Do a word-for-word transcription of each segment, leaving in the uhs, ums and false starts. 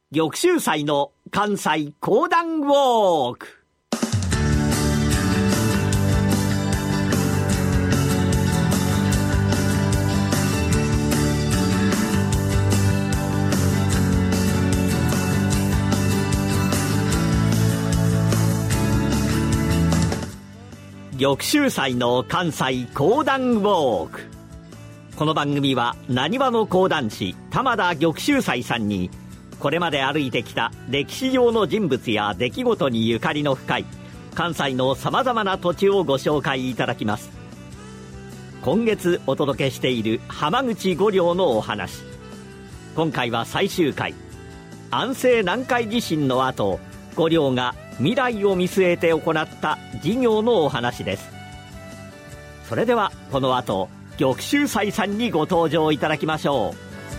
玉州祭の関西講談ウォーク。玉州祭の関西講談ウォーク。この番組はなにわの講談師玉田玉州祭さんに、これまで歩いてきた歴史上の人物や出来事にゆかりの深い関西のさまざまな土地をご紹介いただきます。今月お届けしている浜口五稜のお話、今回は最終回、安政南海地震の後、五稜が未来を見据えて行った事業のお話です。それではこの後、玉州祭さんにご登場いただきましょう。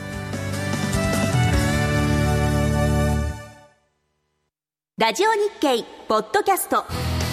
ラジオ日経ポッドキャスト、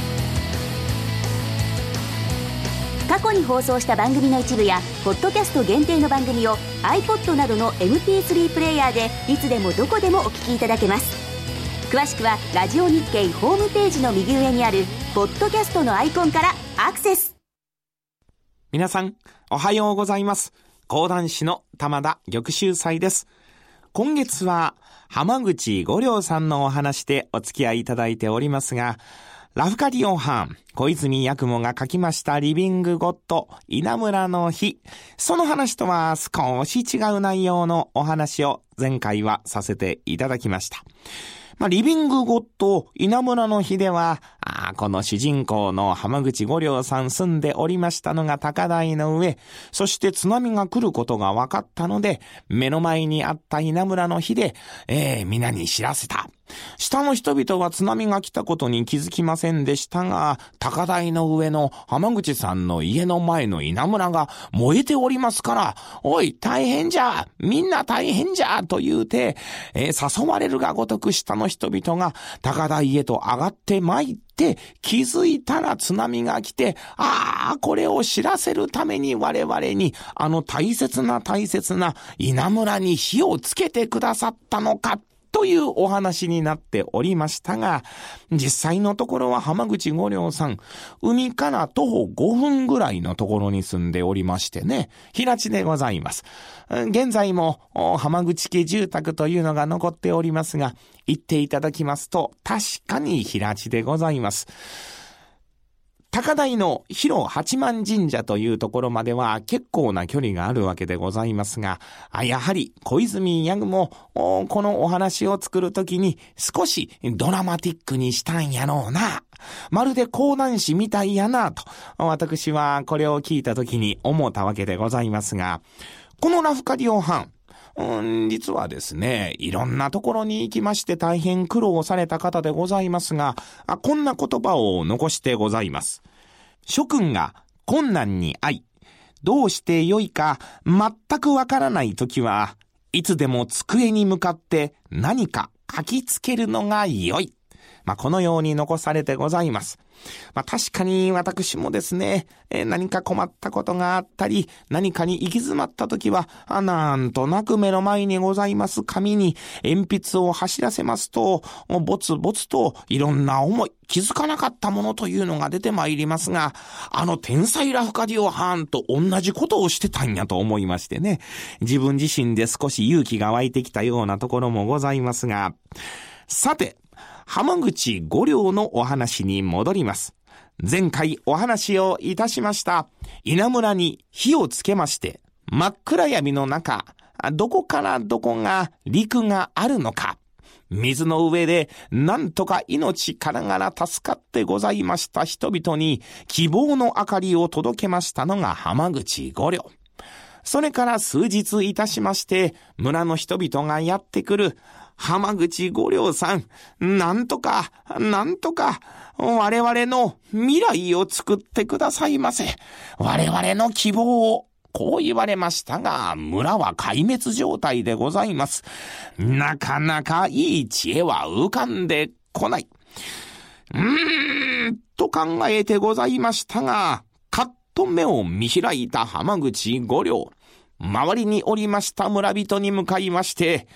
過去に放送した番組の一部やポッドキャスト限定の番組を iPod などの エムピースリー プレイヤーでいつでもどこでもお聞きいただけます。詳しくはラジオ日経ホームページの右上にあるポッドキャストのアイコンからアクセス。 皆さんおはようございます。講談師の玉田玉州祭です。今月は浜口五稜さんのお話でお付き合いいただいておりますが、ラフカディオ藩小泉八雲が書きましたリビングゴッド稲むらの日、その話とは少し違う内容のお話を前回はさせていただきました。まあ、リビングゴッド稲むらの日では、あこの主人公の浜口五稜さん住んでおりましたのが高台の上、そして津波が来ることが分かったので、目の前にあった稲むらの日で、えー、皆に知らせた。下の人々は津波が来たことに気づきませんでしたが、高台の上の浜口さんの家の前の稲むらが燃えておりますから、おい大変じゃ、みんな大変じゃと言うて、えー、誘われるがごとく下の人々が高台へと上がって参って、気づいたら津波が来て、ああこれを知らせるために我々にあの大切な大切な稲むらに火をつけてくださったのかというお話になっておりましたが、実際のところは浜口五稜さん、海から徒歩ごふんぐらいのところに住んでおりましてね、平地でございます。現在も浜口家住宅というのが残っておりますが、行っていただきますと確かに平地でございます。高台の広八幡神社というところまでは結構な距離があるわけでございますが、やはり小泉八雲もこのお話を作るときに少しドラマティックにしたんやろうな、まるで講談師みたいやなと私はこれを聞いたときに思ったわけでございますが、このラフカディオ藩、うん、実はですね、いろんなところに行きまして大変苦労された方でございますが、あこんな言葉を残してございます。諸君が困難に遭い、どうしてよいか全くわからないときは、いつでも机に向かって何か書きつけるのがよい。まあ、このように残されてございます。まあ、確かに私もですね、えー、何か困ったことがあったり、何かに行き詰まったときは、あなんとなく目の前にございます紙に鉛筆を走らせますと、ぼつぼつといろんな思い、気づかなかったものというのが出てまいりますが、あの天才ラフカディオ藩と同じことをしてたんやと思いましてね、自分自身で少し勇気が湧いてきたようなところもございますが、さて、浜口五稜のお話に戻ります。前回お話をいたしました稲むらに火をつけまして、真っ暗闇の中、どこからどこが陸があるのか、水の上でなんとか命からがら助かってございました人々に希望の明かりを届けましたのが浜口五稜。それから数日いたしまして、村の人々がやってくる。浜口五稜さん、なんとか、なんとか、我々の未来を作ってくださいませ。我々の希望を。こう言われましたが、村は壊滅状態でございます。なかなかいい知恵は浮かんでこない。うーん、と考えてございましたが、かっと目を見開いた浜口五稜。周りにおりました村人に向かいまして、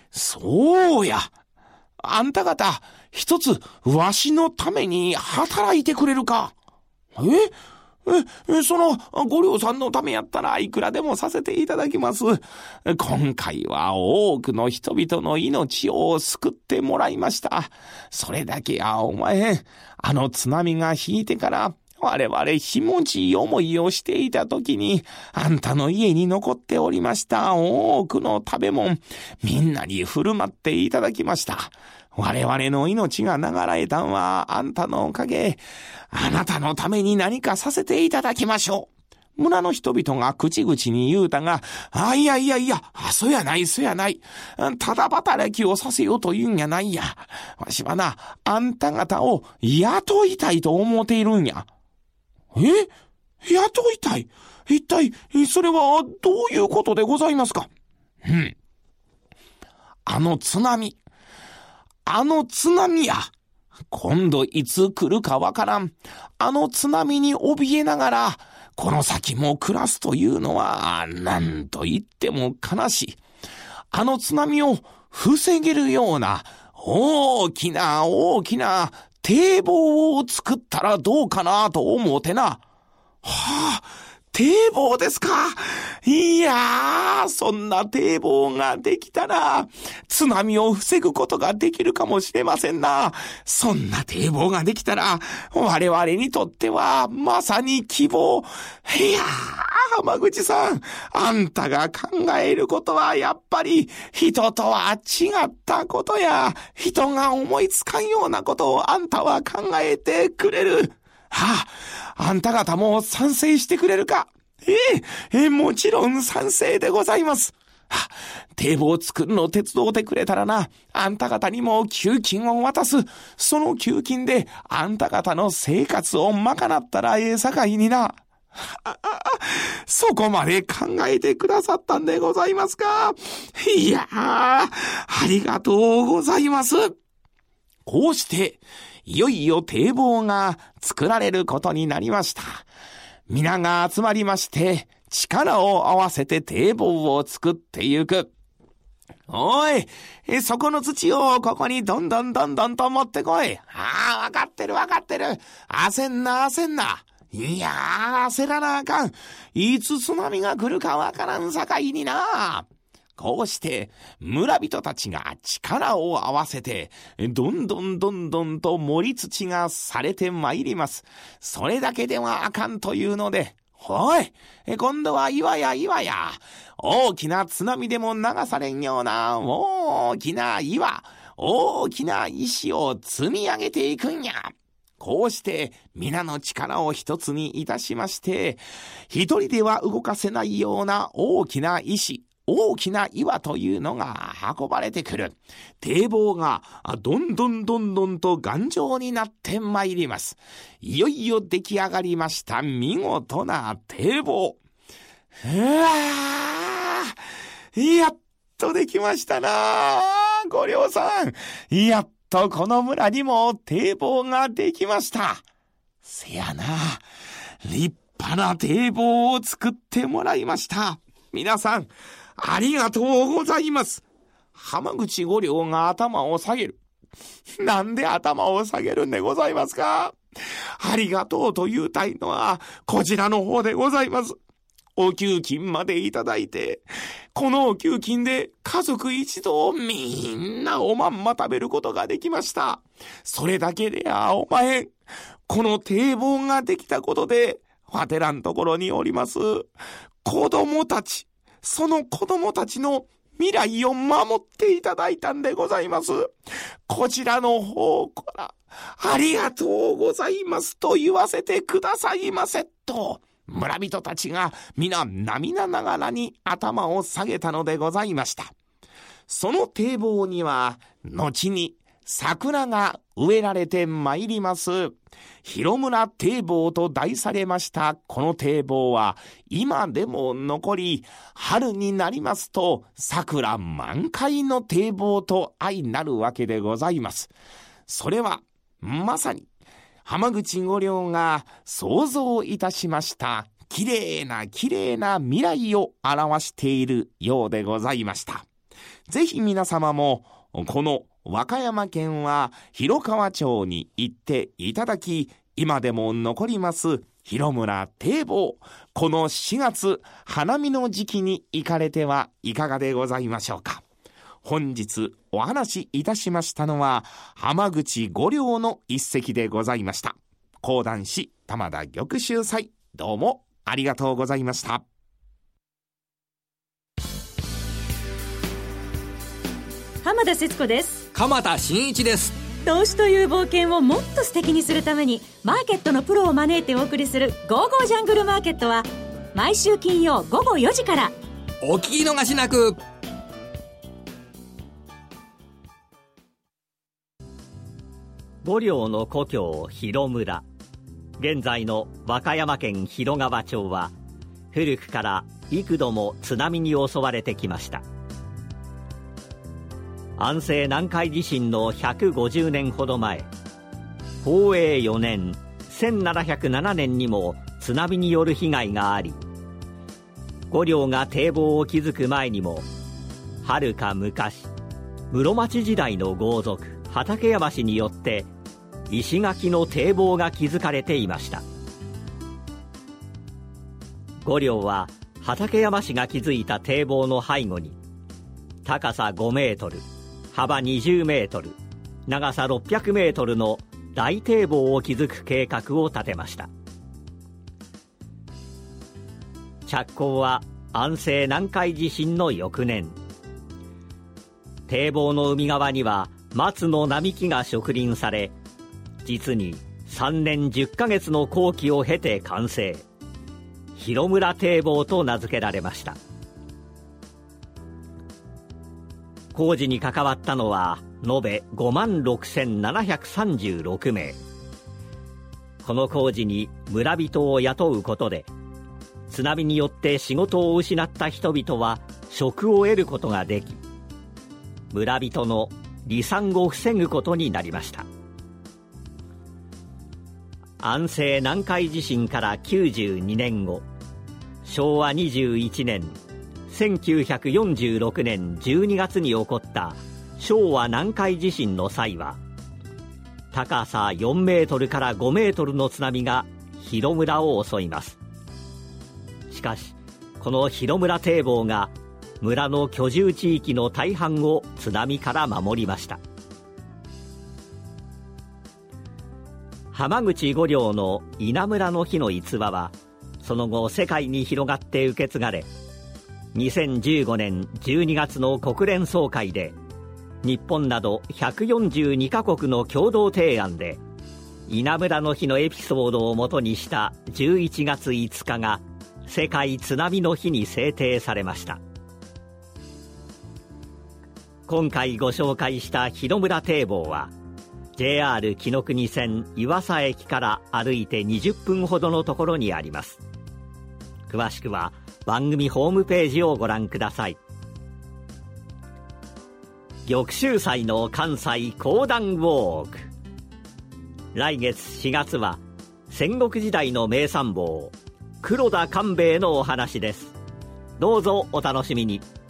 そうや。あんた方、一つ、わしのために働いてくれるか。ええ、その、ご寮さんのためやったらいくらでもさせていただきます。今回は多くの人々の命を救ってもらいました。それだけやお前、あの津波が引いてから、我々ひもじい思いをしていた時に、あんたの家に残っておりました多くの食べ物、みんなに振る舞っていただきました。我々の命が流れたんはあんたのおかげ。あなたのために何かさせていただきましょう。村の人々が口々に言うたが、あ、いやいやいや、あ、そやないそやない。ただ働きをさせようというんやないや。わしはな、あんた方を雇いたいと思っているんや。え？雇いたい？一体、それはどういうことでございますか？うん。あの津波。あの津波や。今度いつ来るかわからん。あの津波に怯えながら、この先も暮らすというのは、何と言っても悲しい。あの津波を防げるような、大きな大きな堤防を作ったらどうかなと思うてな。はあ、堤防ですか。いやー、そんな堤防ができたら、津波を防ぐことができるかもしれませんな。そんな堤防ができたら、我々にとっては、まさに希望。いやー、浜口さん、あんたが考えることはやっぱり、人とは違ったことや、人が思いつかんようなことをあんたは考えてくれる。はあ、あんた方も賛成してくれるか。ええ、えもちろん賛成でございます。はあ、堤防を作るのを手伝ってくれたらな、あんた方にも給金を渡す。その給金であんた方の生活を賄ったらええさかいにな。ああ、そこまで考えてくださったんでございますか。いやー、ありがとうございます。こうして、いよいよ堤防が作られることになりました。皆が集まりまして、力を合わせて堤防を作ってゆく。おい、そこの土をここにどんどんどんどんと持ってこい。ああ、わかってるわかってる。焦んな焦んな。いやー、焦らなあかん。いつ津波が来るかわからんさかいにな。こうして村人たちが力を合わせてどんどんどんどんと盛り土がされてまいります。それだけではあかんというので、おい、今度は岩や岩や、大きな津波でも流されんような大きな岩、大きな石を積み上げていくんや。こうして皆の力を一つにいたしまして、一人では動かせないような大きな石、大きな岩というのが運ばれてくる。堤防がどんどんどんどんと頑丈になってまいります。いよいよ出来上がりました見事な堤防。うわー、やっとできましたな。ご寮さん、やっとこの村にも堤防ができました。せやな、立派な堤防を作ってもらいました。皆さん、ありがとうございます。浜口御寮が頭を下げる。なんで頭を下げるんでございますか。ありがとうと言うたいのはこちらの方でございます。お給金までいただいて、このお給金で家族一同みんなおまんま食べることができました。それだけではおまへん。この堤防ができたことで、わてらんところにおります子供たち、その子供たちの未来を守っていただいたんでございます。こちらの方からありがとうございますと言わせてくださいませと、村人たちが皆涙ながらに頭を下げたのでございました。その堤防には後に桜が植えられてまいります。広村堤防と題されましたこの堤防は今でも残り、春になりますと桜満開の堤防と相なるわけでございます。それはまさに浜口御寮が想像いたしましたきれいなきれいな未来を表しているようでございました。 ぜひ皆様もこの和歌山県は広川町に行っていただき、今でも残ります広村堤防、このしがつ花見の時期に行かれてはいかがでございましょうか。本日お話しいたしましたのは浜口五両の一席でございました。講談師玉田玉秀斎、どうもありがとうございました。 浜田節子です。 鎌田新一です。 投資という冒険をもっと素敵にするためにマーケットのプロを招いてお送りするゴーゴージャングルマーケットは毎週金曜午後よじから。 お聞き逃しなく。 五両の故郷広村、現在の和歌山県広川町は古くから幾度も津波に襲われてきました。安政南海地震のひゃくごじゅうねんほど前、宝永よねんせんななひゃくななねんにも津波による被害があり、五両が堤防を築く前にもはるか昔、室町時代の豪族畠山氏によって石垣の堤防が築かれていました。五両は畠山氏が築いた堤防の背後に高さごメートル、幅にじゅうメートル、長さろっぴゃくメートルの大堤防を築く計画を立てました。着工は安政南海地震の翌年。堤防の海側には松の並木が植林され、実にさんねんじゅっかげつの工期を経て完成、広村堤防と名付けられました。工事に関わったのは延べごまんろくせんななひゃくさんじゅうろくめい。この工事に村人を雇うことで、津波によって仕事を失った人々は職を得ることができ、村人の離散を防ぐことになりました。安政南海地震からきゅうじゅうにねんご、しょうわにじゅういちねんせんきゅうひゃくよんじゅうろくねんじゅうにがつに起こった昭和南海地震の際は、高さよんメートルからごメートルの津波が広村を襲います。しかしこの広村堤防が村の居住地域の大半を津波から守りました。浜口五両の稲村の日の逸話はその後世界に広がって受け継がれ、にせんじゅうごねんじゅうにがつの国連総会で日本などひゃくよんじゅうにかこくの共同提案で稲村の日のエピソードをもとにしたじゅういちがついつかが世界津波の日に制定されました。今回ご紹介した広村堤防は ジェイアール 紀ノ国線岩佐駅から歩いてにじゅっぷんほどのところにあります。詳しくは番組ホームページをご覧ください。玉秀祭の関西講談ウォーク、来月しがつは戦国時代の名参謀黒田官兵衛のお話です。どうぞお楽しみに。